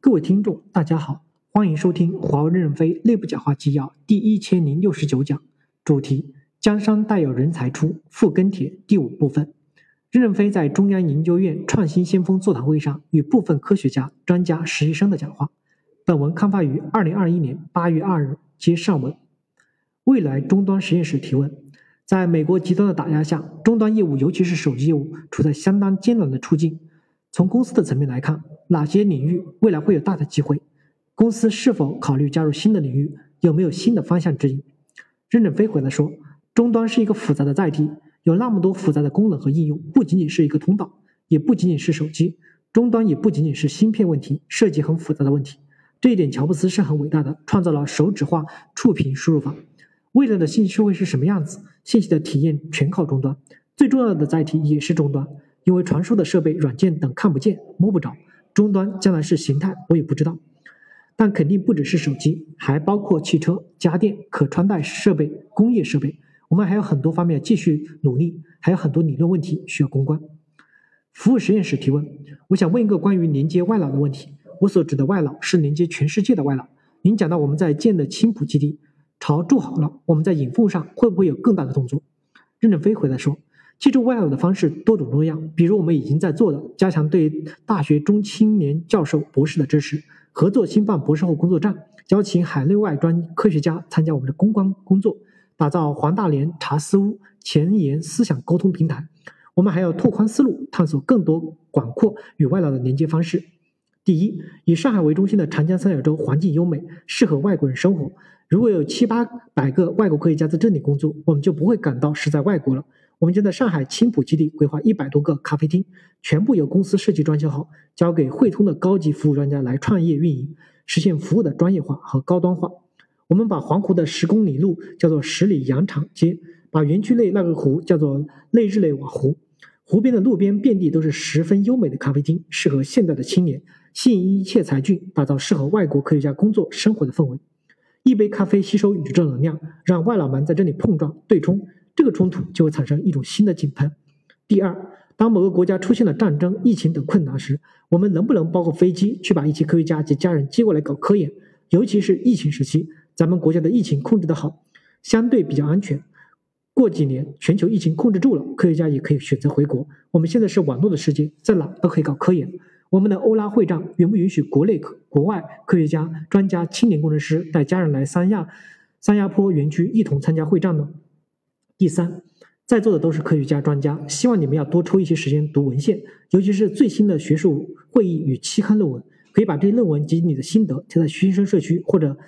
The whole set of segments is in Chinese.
各位听众，大家好，欢迎收听华为任正非内部讲话纪要第1069讲，主题：江山代有人才出，复跟帖第5部分。任正非在中央研究院创新先锋座谈会上与部分科学家、专家、实习生的讲话。本文刊发于2021年8月2日，接上文。未来终端实验室提问：在美国极端的打压下，终端业务尤其是手机业务处在相当艰难的处境。从公司的层面来看，哪些领域未来会有大的机会？公司是否考虑加入新的领域？有没有新的方向指引？任正非回答说，终端是一个复杂的载体，有那么多复杂的功能和应用，不仅仅是一个通道，也不仅仅是手机，终端也不仅仅是芯片问题，涉及很复杂的问题。这一点乔布斯是很伟大的，创造了手指化触屏输入法。未来的信息社会是什么样子？信息的体验全靠终端，最重要的载体也是终端，因为传输的设备、软件等看不见摸不着，终端将来是形态我也不知道，但肯定不只是手机，还包括汽车、家电、可穿戴设备、工业设备。我们还有很多方面继续努力，还有很多理论问题需要攻关。服务实验室提问：我想问一个关于连接外脑的问题。我所指的外脑是连接全世界的外脑。您讲到我们在建的青浦基地朝筑好了，我们在引凤上会不会有更大的动作？任正非回答说，借助外脑的方式多种多样，比如我们已经在做的，加强对大学中青年教授、博士的支持，合作兴办博士后工作站，邀请海内外科学家参加我们的公关工作，打造黄大连茶思屋前沿思想沟通平台。我们还要拓宽思路，探索更多广阔与外脑的连接方式。第一，以上海为中心的长江三角洲环境优美，适合外国人生活。如果有700-800个外国科学家在这里工作，我们就不会感到是在外国了。我们将在上海青浦基地规划100多个咖啡厅，全部由公司设计装修好，交给汇通的高级服务专家来创业运营，实现服务的专业化和高端化。我们把黄湖的10公里路叫做10里洋场街，把园区内那个湖叫做内日内瓦湖。湖边的路边遍地都是十分优美的咖啡厅，适合现在的青年，吸引一切才俊，打造适合外国科学家工作生活的氛围。一杯咖啡吸收宇宙能量，让外脑门在这里碰撞对冲，这个冲突就会产生一种新的井喷。第二，当某个国家出现了战争、疫情等困难时，我们能不能包括飞机去把一些科学家及家人接过来搞科研？尤其是疫情时期，咱们国家的疫情控制得好，相对比较安全。过几年全球疫情控制住了，科学家也可以选择回国。我们现在是网络的世界，在哪都可以搞科研。我们的欧拉会战允不允许国内国外科学家、专家、青年工程师带家人来三亚坡园区一同参加会战呢？第三，在座的都是科学家、专家，希望你们要多抽一些时间读文献，尤其是最新的学术会议与期刊论文，可以把这些论文及你的心得贴在学生社区或者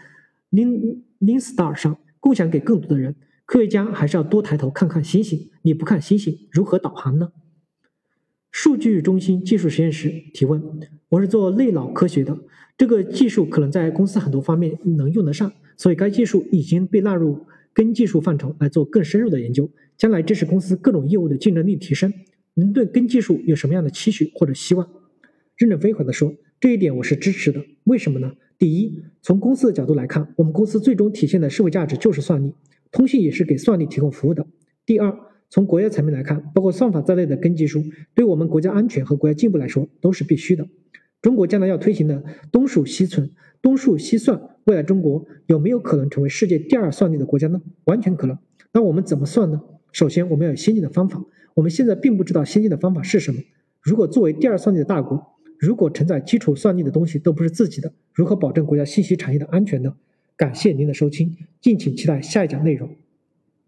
Linstar 上共享给更多的人。科学家还是要多抬头看看星星，你不看星星如何导航呢？数据中心技术实验室提问：我是做类脑科学的，这个技术可能在公司很多方面能用得上，所以该技术已经被纳入跟技术范畴来做更深入的研究，将来支持公司各种业务的竞争力提升。您对跟技术有什么样的期许或者希望？任正非回答说，这一点我是支持的。为什么呢？第一，从公司的角度来看，我们公司最终体现的社会价值就是算力，通信也是给算力提供服务的。第二，从国家层面来看，包括算法在内的跟技术，对我们国家安全和国家进步来说都是必须的。中国将来要推行的东数西算，未来中国有没有可能成为世界第2算力的国家呢？完全可能。那我们怎么算呢？首先，我们要有先进的方法。我们现在并不知道先进的方法是什么。如果作为第2算力的大国，如果承载基础算力的东西都不是自己的，如何保证国家信息产业的安全呢？感谢您的收听，敬请期待下一讲内容。